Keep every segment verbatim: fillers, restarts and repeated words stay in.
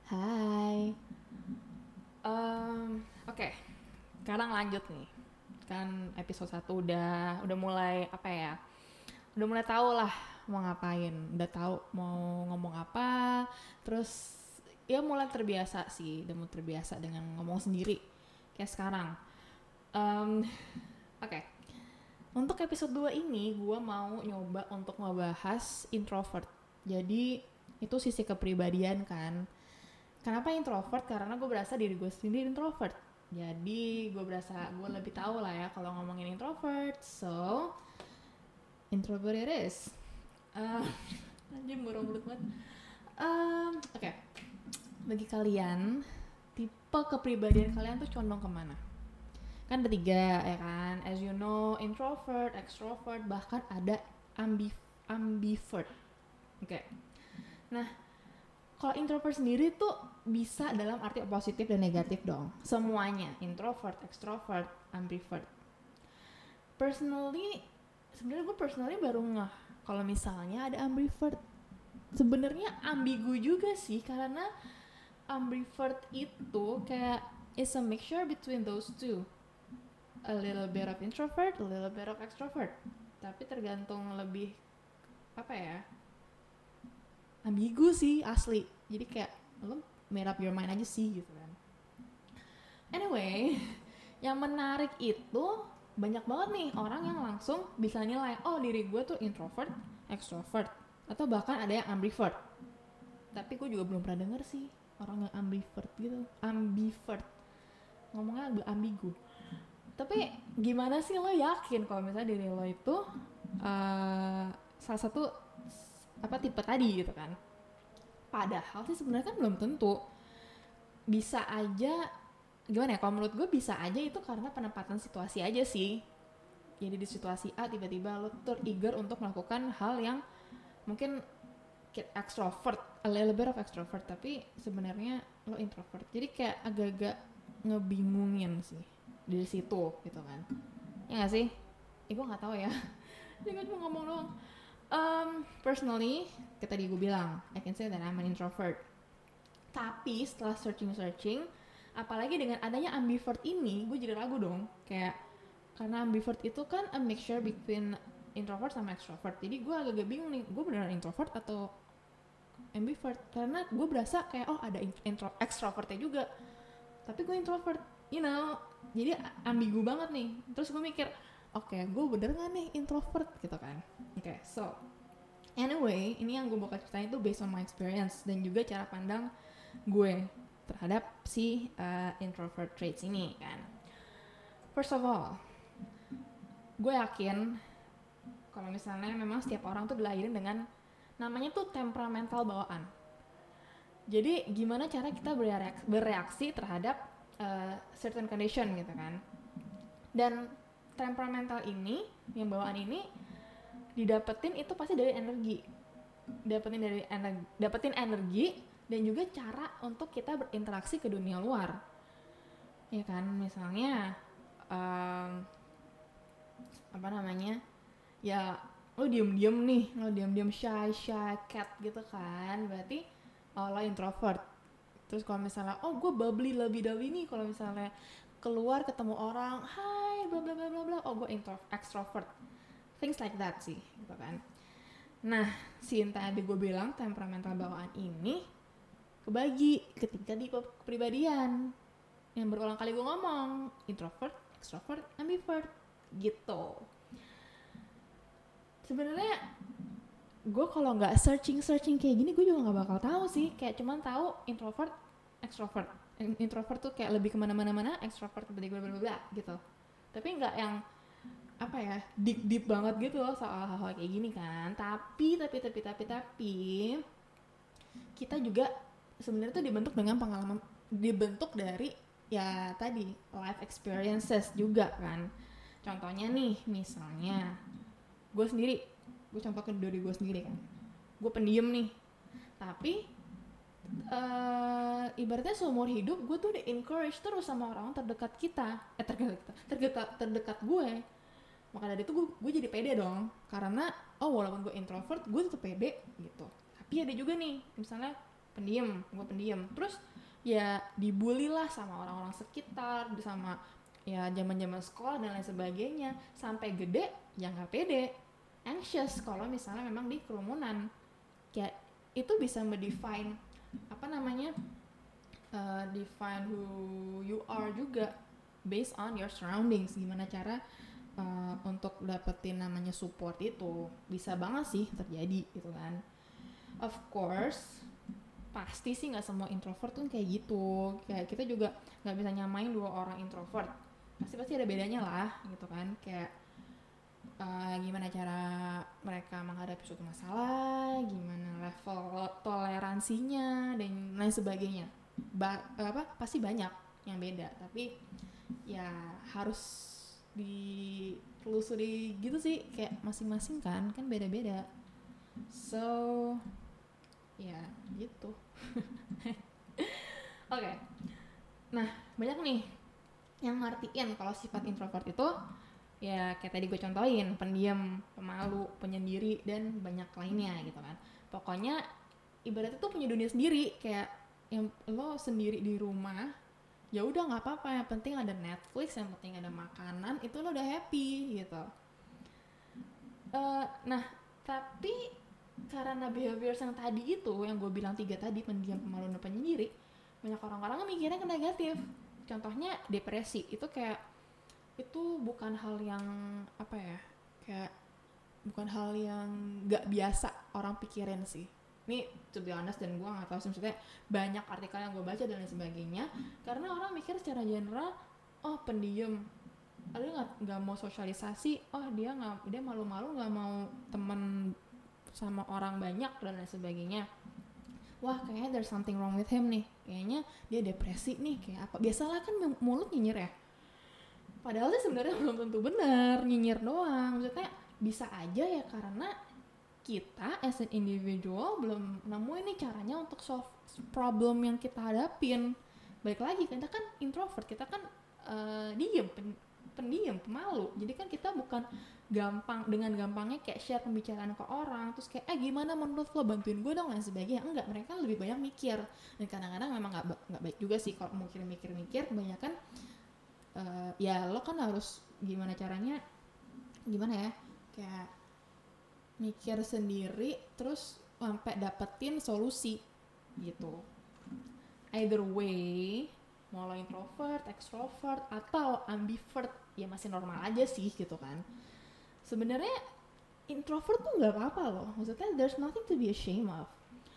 Hai. Um, Oke, okay. Sekarang lanjut nih. Kan episode satu udah udah mulai apa ya? Udah mulai tahu lah mau ngapain. Udah tahu mau ngomong apa. Terus ya mulai terbiasa sih, udah mulai terbiasa dengan ngomong sendiri kayak sekarang. Um, Oke. Okay. Untuk episode dua ini gue mau nyoba untuk ngebahas introvert. Jadi itu sisi kepribadian kan. Kenapa introvert? Karena gue berasa diri gue sendiri introvert. Jadi gue berasa gue lebih tahu lah ya kalau ngomongin introvert. So introvert it is. Uh, Anjir murung mulut banget. Um, Oke, okay. Bagi kalian, tipe kepribadian kalian tuh condong kemana? Kan ada tiga ya kan, as you know, introvert, extrovert, bahkan ada ambi- ambivert. Oke. Okay. Nah, kalau introvert sendiri tuh bisa dalam arti positif dan negatif dong. Semuanya, introvert, extrovert, ambivert. Personally, sebenarnya gue personally baru ngeh kalau misalnya ada ambivert. Sebenarnya ambigu juga sih, karena ambivert itu kayak is a mixture between those two. A little bit of introvert, a little bit of extrovert. Tapi tergantung lebih apa ya? Ambigu sih asli. Jadi kayak lo made up your mind aja sih gitu kan. Anyway, yang menarik itu banyak banget nih orang yang langsung bisa nilai, oh diri gue tuh introvert, extrovert, atau bahkan ada yang ambivert. Tapi gue juga belum pernah denger sih orang yang ambivert gitu. Ambivert, ngomongnya agak ambigu. Tapi gimana sih lo yakin kalau misalnya diri lo itu uh, salah satu apa tipe tadi gitu kan? Padahal sih sebenarnya kan belum tentu. Bisa aja, gimana ya, kalau menurut gue bisa aja itu karena penempatan situasi aja sih. Jadi di situasi A tiba-tiba lo ter-trigger untuk melakukan hal yang mungkin extrovert, a little bit of extrovert, tapi sebenarnya lo introvert. Jadi kayak agak-agak ngebingungin sih dari situ gitu kan. Ya gak sih? Eh gue gak tahu ya. Dia kan cuma ngomong doang. Um, personally, kayak tadi gue bilang, I can say that I'm an introvert. Tapi setelah searching-searching, apalagi dengan adanya ambivert ini, gue jadi ragu dong. Kayak, karena ambivert itu kan a mixture between introvert sama extrovert. Jadi gue agak-agak bingung nih, gue beneran introvert atau ambivert? Karena gue berasa kayak, oh ada intro, extrovertnya juga. Tapi gue introvert, you know. Jadi ambigu banget nih. Terus gue mikir, oke, okay, gue bener gak nih introvert gitu kan. Oke, okay, so anyway, ini yang gue bakal ceritain itu based on my experience dan juga cara pandang gue terhadap si uh, introvert traits ini kan. First of all, gue yakin kalau misalnya memang setiap orang tuh dilahirin dengan namanya tuh temperamental bawaan. Jadi gimana cara kita bereaksi, bereaksi terhadap Uh, certain condition gitu kan. Dan temperamental ini, yang bawaan ini didapetin itu pasti dari energi. Dapetin dari energi, dapetin energi dan juga cara untuk kita berinteraksi ke dunia luar. Ya kan, misalnya um, apa namanya? Ya lo diem-diem nih, lo diem-diem shy shy cat gitu kan. Berarti oh, lo introvert. Terus kalau misalnya, oh gue bubbly lovey-dovey nih, kalau misalnya keluar ketemu orang, hai bla bla bla bla bla, oh gue introvert, extrovert, things like that sih, gitu kan. Nah, si yang tadi gue bilang temperamental bawaan ini kebagi ketika di kepribadian yang berulang kali gue ngomong, introvert, extrovert, ambivert, gitu. Sebenarnya gue kalau nggak searching searching kayak gini gue juga nggak bakal tahu sih, kayak cuman tahu introvert, extrovert. Introvert tuh kayak lebih kemana-mana mana, extrovert bla bla bla gitu. Tapi nggak yang apa ya deep deep banget gitu loh soal hal-hal kayak gini kan. Tapi tapi tapi tapi tapi kita juga sebenarnya tuh dibentuk dengan pengalaman, dibentuk dari ya tadi life experiences juga kan. Contohnya nih misalnya gue sendiri, gue contohkan dari gue sendiri kan, gue pendiam nih, tapi uh, ibaratnya seumur hidup gue tuh udah encourage terus sama orang terdekat kita, eh terdekat terdekat terdekat gue, maka dari itu gue gue jadi pede dong, karena oh walaupun gue introvert gue tetap pede gitu. Tapi ada juga nih misalnya pendiam, gue pendiam. Terus ya dibully lah sama orang-orang sekitar, sama ya zaman-zaman sekolah dan lain sebagainya. Sampai gede ya nggak pede, anxious kalau misalnya memang di kerumunan. Kayak itu bisa mendefine apa namanya, uh, define who you are juga based on your surroundings. Gimana cara uh, untuk dapetin namanya support itu bisa banget sih terjadi gitu kan. Of course pasti sih nggak semua introvert tuh kayak gitu, kayak kita juga nggak bisa nyamain dua orang introvert, pasti pasti ada bedanya lah gitu kan. Kayak uh, gimana cara mereka menghadapi suatu masalah, gimana level toleransinya dan lain sebagainya. Ba- apa pasti banyak yang beda, tapi ya harus ditelusuri gitu sih, kayak masing-masing kan kan beda-beda. So ya gitu. Oke, okay. Nah banyak nih yang ngertiin kalau sifat introvert itu ya kayak tadi gue contohin, pendiam, pemalu, penyendiri dan banyak lainnya gitu kan. Pokoknya ibaratnya tuh punya dunia sendiri, kayak yang lo sendiri di rumah ya udah nggak apa-apa, yang penting ada Netflix, yang penting ada makanan, itu lo udah happy gitu. Uh, nah tapi karena behavior yang tadi itu, yang gue bilang tiga tadi, pendiam, pemalu, dan penyendiri, banyak orang-orang mikirnya ke negatif. Contohnya depresi, itu kayak itu bukan hal yang apa ya, kayak bukan hal yang gak biasa orang pikirin sih. Ini to be honest, dan gue gak tahu sih, maksudnya banyak artikel yang gue baca dan lain sebagainya, karena orang mikir secara general, oh pendiam, dia nggak nggak mau sosialisasi, oh dia nggak, dia malu-malu, nggak mau temen sama orang banyak dan lain sebagainya. Wah kayaknya there's something wrong with him nih, kayaknya dia depresi nih, kayak apa. Biasalah kan mulut nyinyir ya, padahal sih sebenarnya belum tentu benar, nyinyir doang. Maksudnya bisa aja ya karena kita as an individual belum nemuin nih caranya untuk solve problem yang kita hadapin. Balik lagi, kita kan introvert, kita kan uh, diem, pen, pendiam, pemalu, jadi kan kita bukan gampang, dengan gampangnya kayak share pembicaraan ke orang, terus kayak eh gimana menurut lo, bantuin gue dong dan sebagainya. Enggak, mereka lebih banyak mikir, dan kadang-kadang memang nggak nggak baik juga sih kalau mikir mikir mikir kebanyakan. Uh, ya lo kan harus gimana caranya, gimana ya, kayak mikir sendiri terus sampai dapetin solusi gitu. Either way, mau lo introvert, extrovert, atau ambivert, ya masih normal aja sih gitu kan. Sebenarnya introvert tuh nggak apa-apa loh, maksudnya there's nothing to be ashamed of.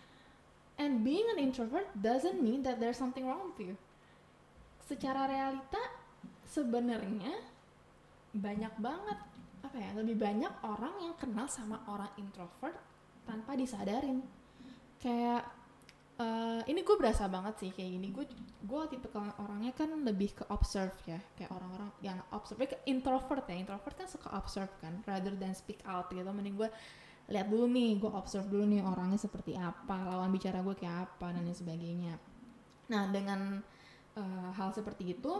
And being an introvert doesn't mean that there's something wrong with you. Secara realita sebenarnya banyak banget, apa ya, lebih banyak orang yang kenal sama orang introvert tanpa disadarin. Kayak Uh, ini gue berasa banget sih kayak gini. Gue gue tipe orangnya kan lebih ke observe ya, kayak orang-orang yang observe, ke introvert ya. Introvert kan suka observe kan, rather than speak out gitu. Mending gue lihat dulu nih, gue observe dulu nih orangnya seperti apa, lawan bicara gue kayak apa dan lain sebagainya. Nah dengan uh, hal seperti itu,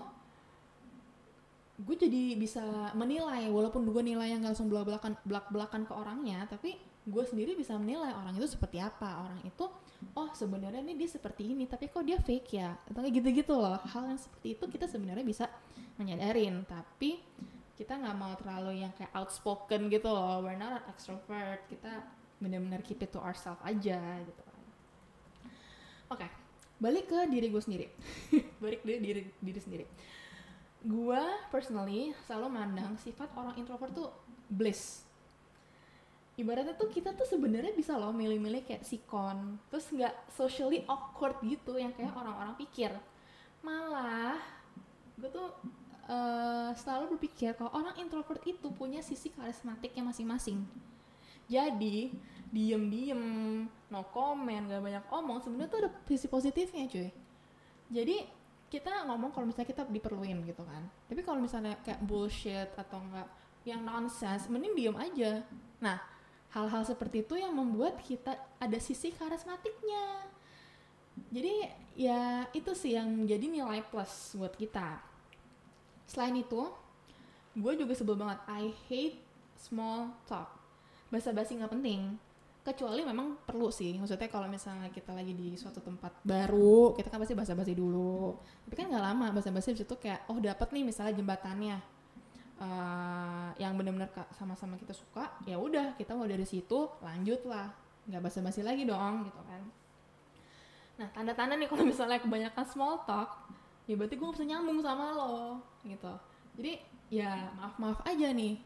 gue jadi bisa menilai, walaupun gue nilainya nggak langsung belak-belakan belak-belakan ke orangnya, tapi gue sendiri bisa menilai orang itu seperti apa. Orang itu oh sebenarnya nih dia seperti ini, tapi kok dia fake ya, atau kayak gitu-gitu loh. Hal yang seperti itu kita sebenarnya bisa menyadarin, tapi kita nggak mau terlalu yang kayak outspoken gitu loh. We're not an extrovert, kita benar-benar keep it to ourselves aja gitu kan. Oke, okay, balik ke diri gue sendiri. Balik ke diri diri sendiri. Gue personally selalu mandang sifat orang introvert tuh bliss. Ibaratnya tuh kita tuh sebenarnya bisa loh milih-milih kayak sikon, terus nggak socially awkward gitu yang kayak orang-orang pikir. Malah gue tuh uh, selalu berpikir kalau orang introvert itu punya sisi karismatiknya masing-masing. Jadi diem-diem, no comment, gak banyak omong, sebenarnya tuh ada sisi positifnya cuy. Jadi kita ngomong kalau misalnya kita diperluin gitu kan, tapi kalau misalnya kayak bullshit atau enggak yang nonsense, mending diem aja. Nah hal-hal seperti itu yang membuat kita ada sisi karismatiknya. Jadi ya itu sih yang menjadi nilai plus buat kita. Selain itu, gue juga sebel banget, I hate small talk, basa-basi gak penting. kecuali memang perlu sih, maksudnya kalau misalnya kita lagi di suatu tempat baru kita kan pasti basa-basi dulu, tapi kan nggak lama basa-basi di situ kayak oh dapat nih misalnya jembatannya uh, yang benar-benar sama-sama kita suka, ya udah kita mau dari situ lanjut lah, nggak basa-basi lagi dong gitu kan. Nah tanda-tanda nih kalau misalnya kebanyakan small talk, ya berarti gue nggak bisa nyambung sama lo gitu. Jadi ya maaf-maaf aja nih,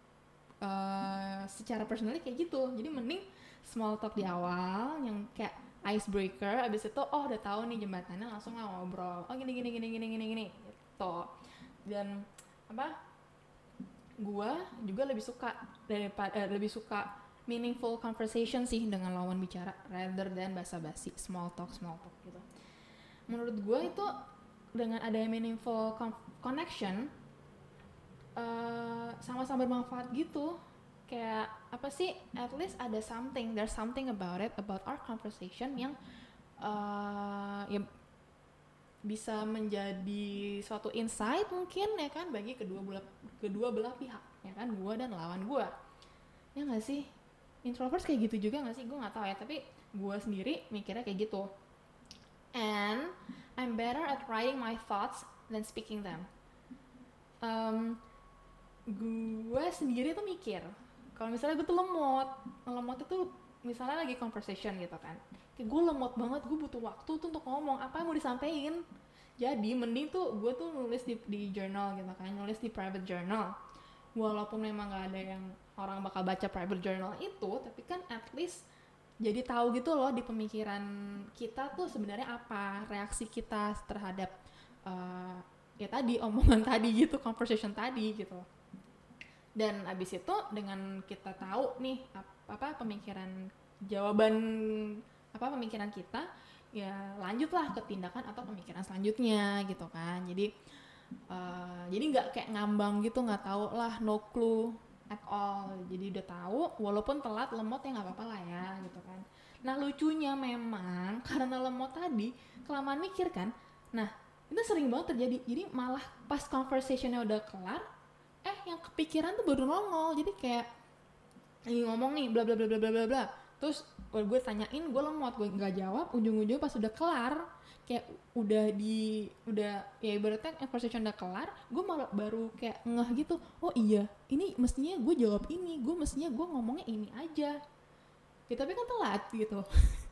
uh, secara personally kayak gitu. Jadi mending small talk di awal yang kayak icebreaker, abis itu oh udah tahu nih jembatannya langsung lah ngobrol, oh gini gini gini gini gini gini gitu. Dan apa, gue juga lebih suka daripada eh, lebih suka meaningful conversation sih dengan lawan bicara rather than basa-basi small talk small talk gitu. Menurut gue itu dengan adanya meaningful con- connection uh, sama-sama bermanfaat gitu. Kayak apa sih, at least ada something, there's something about it, about our conversation yang uh, ya bisa menjadi suatu insight mungkin ya kan bagi kedua belah kedua belah pihak ya kan, gua dan lawan gua. Ya nggak sih, introverts kayak gitu juga nggak sih, gua nggak tahu ya, tapi gua sendiri mikirnya kayak gitu. And I'm better at writing my thoughts than speaking them. Um, gue sendiri tuh mikir kalau misalnya gue tuh lemot, lemot itu misalnya lagi conversation gitu kan, kayak gue lemot banget, gue butuh waktu tuh untuk ngomong apa yang mau disampaikan. Jadi mending tuh gue tuh nulis di, di journal gitu kan, nulis di private journal. Walaupun memang gak ada yang orang bakal baca private journal itu, tapi kan at least jadi tahu gitu loh di pemikiran kita tuh sebenarnya apa, reaksi kita terhadap uh, ya tadi omongan tadi gitu, conversation tadi gitu. Dan abis itu dengan kita tahu nih apa pemikiran jawaban apa pemikiran kita, ya lanjutlah ke tindakan atau pemikiran selanjutnya gitu kan. Jadi uh, jadi nggak kayak ngambang gitu, nggak tahu lah, no clue at all. Jadi udah tahu walaupun telat lemot ya nggak apa-apa lah ya gitu kan. Nah lucunya memang karena lemot tadi kelamaan mikir kan, nah itu sering banget terjadi. Jadi malah pas conversationnya udah kelar, eh yang kepikiran tuh baru nongol. Jadi kayak lagi ngomong nih bla bla bla bla bla bla, terus gue tanyain, gue lemot, gue nggak jawab, ujung-ujung pas udah kelar kayak udah di udah ya ibaratnya conversation udah kelar, gue malah baru kayak ngeh gitu, oh iya ini mestinya gue jawab ini, gue mestinya gue ngomongnya ini aja ya, tapi kan telat gitu.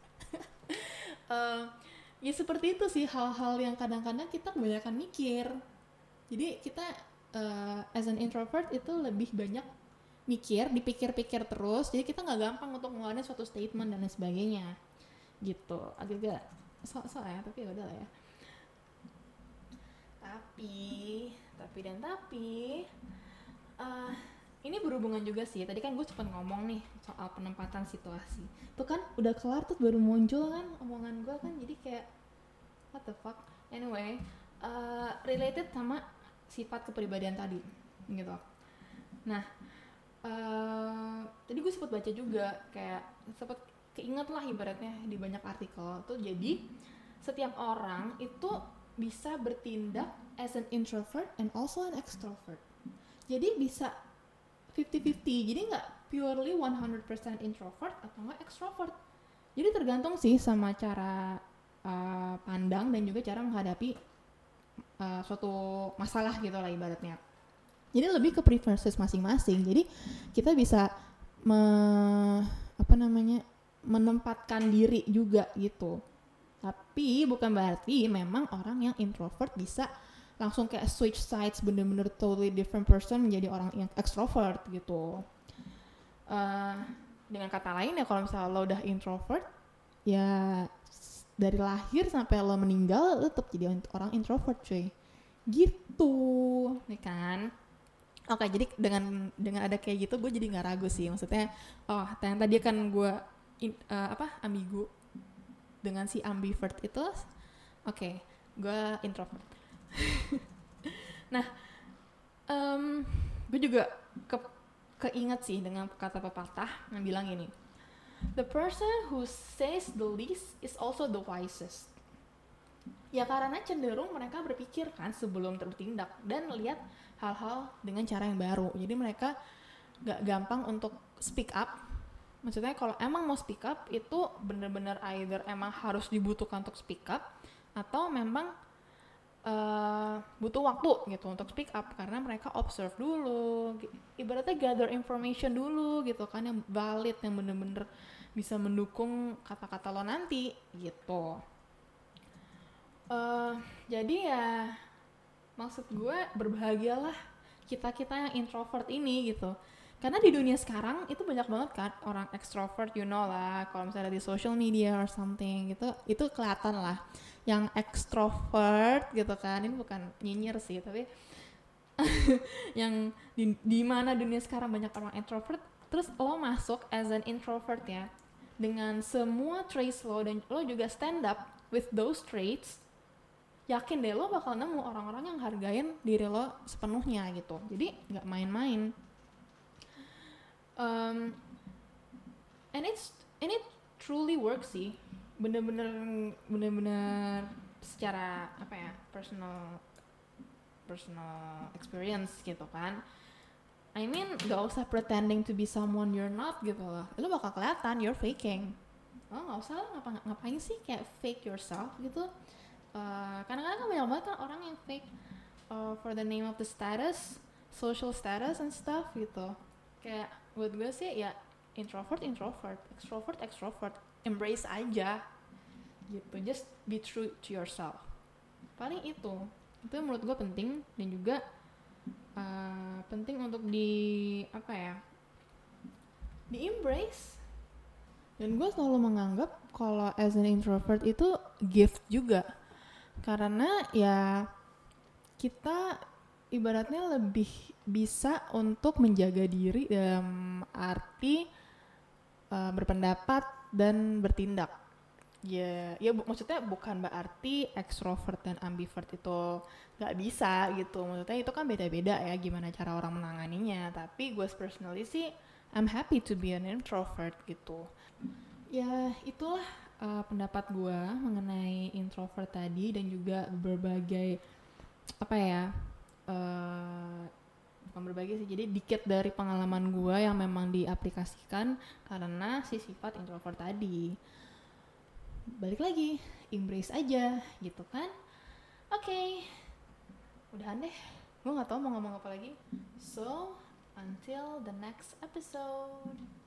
uh, ya seperti itu sih hal-hal yang kadang-kadang kita kebanyakan mikir. Jadi kita uh, as an introvert itu lebih banyak mikir, dipikir-pikir terus, jadi kita nggak gampang untuk ngeluarin suatu statement dan lain sebagainya gitu. Agak-agak sok-sok ya, tapi udah lah ya. Tapi, tapi dan tapi, uh, ini berhubungan juga sih. Tadi kan gue sempat ngomong nih soal penempatan situasi. Tuh kan udah kelar tuh baru muncul kan omongan gue kan, jadi kayak what the fuck. Anyway, uh, related sama sifat kepribadian tadi, gitu. Nah. Uh, tadi gue sempat baca juga kayak sempat keinget lah ibaratnya di banyak artikel tuh, jadi setiap orang itu bisa bertindak as an introvert and also an extrovert. Jadi bisa fifty-fifty, jadi nggak purely one hundred percent introvert atau nggak extrovert. Jadi tergantung sih sama cara uh, pandang dan juga cara menghadapi uh, suatu masalah gitu lah ibaratnya. Jadi lebih ke preferences masing-masing. Jadi kita bisa me, apa namanya menempatkan diri juga gitu. Tapi bukan berarti memang orang yang introvert bisa langsung kayak switch sides, bener-bener totally different person menjadi orang yang extrovert gitu. Uh, dengan kata lain ya, kalau misalnya lo udah introvert, ya dari lahir sampai lo meninggal lo tetap jadi orang introvert cuy. Gitu, nih kan. Oke, okay, jadi dengan dengan ada kayak gitu gue jadi nggak ragu sih, maksudnya oh yang tadi kan gue in, uh, apa ambigu dengan si ambivert itu, oke okay, gue introvert. Nah, um, gue juga ke, keinget sih dengan kata pepatah yang bilang ini, the person who says the least is also the wisest. Ya karena cenderung mereka berpikir kan sebelum bertindak dan lihat hal-hal dengan cara yang baru. Jadi mereka gak gampang untuk speak up Maksudnya kalau emang mau speak up itu bener-bener either emang harus dibutuhkan untuk speak up atau memang uh, butuh waktu gitu untuk speak up karena mereka observe dulu, ibaratnya gather information dulu gitu kan yang valid, yang bener-bener bisa mendukung kata-kata lo nanti gitu. Uh, jadi ya maksud gue berbahagialah kita-kita yang introvert ini gitu. Karena di dunia sekarang itu banyak banget kan orang extrovert, you know lah, kalau misalnya di social media or something gitu, itu kelihatan lah yang extrovert gitu kan. Ini bukan nyinyir sih, tapi yang di, di mana dunia sekarang banyak orang introvert, terus lo masuk as an introvert ya, dengan semua traits lo dan lo juga stand up with those traits, yakin deh lo bakal nemu orang-orang yang hargain diri lo sepenuhnya gitu. Jadi nggak main-main. Um, and it's and it truly works sih, bener-bener bener-bener secara apa ya, personal personal experience gitu kan. I mean gak usah pretending to be someone you're not gitu loh, lo bakal kelihatan you're faking. Lo gak usah lah ngapa- ngapain sih kayak fake yourself gitu. Uh, kadang-kadang kan banyak banget kan orang yang fake uh, for the name of the status, social status and stuff gitu. Kayak buat gue sih ya introvert introvert, extrovert extrovert, embrace aja gitu, just be true to yourself. Paling itu itu menurut gue penting dan juga uh, penting untuk di apa ya, di embrace. Dan gue selalu menganggap kalau as an introvert itu gift juga, karena ya kita ibaratnya lebih bisa untuk menjaga diri dalam arti uh, berpendapat dan bertindak. Ya, ya bu- maksudnya bukan berarti extrovert dan ambivert itu nggak bisa gitu. Maksudnya itu kan beda-beda ya gimana cara orang menanganinya. Tapi gue personally sih I'm happy to be an introvert gitu. Ya itulah uh, pendapat gue mengenai introvert tadi dan juga berbagai apa ya, uh, bukan berbagai sih, jadi dikit dari pengalaman gue yang memang diaplikasikan karena si sifat introvert tadi. Balik lagi, embrace aja gitu kan. Oke, okay. Udahan deh, gue gak tahu mau ngomong apa lagi. So until the next episode.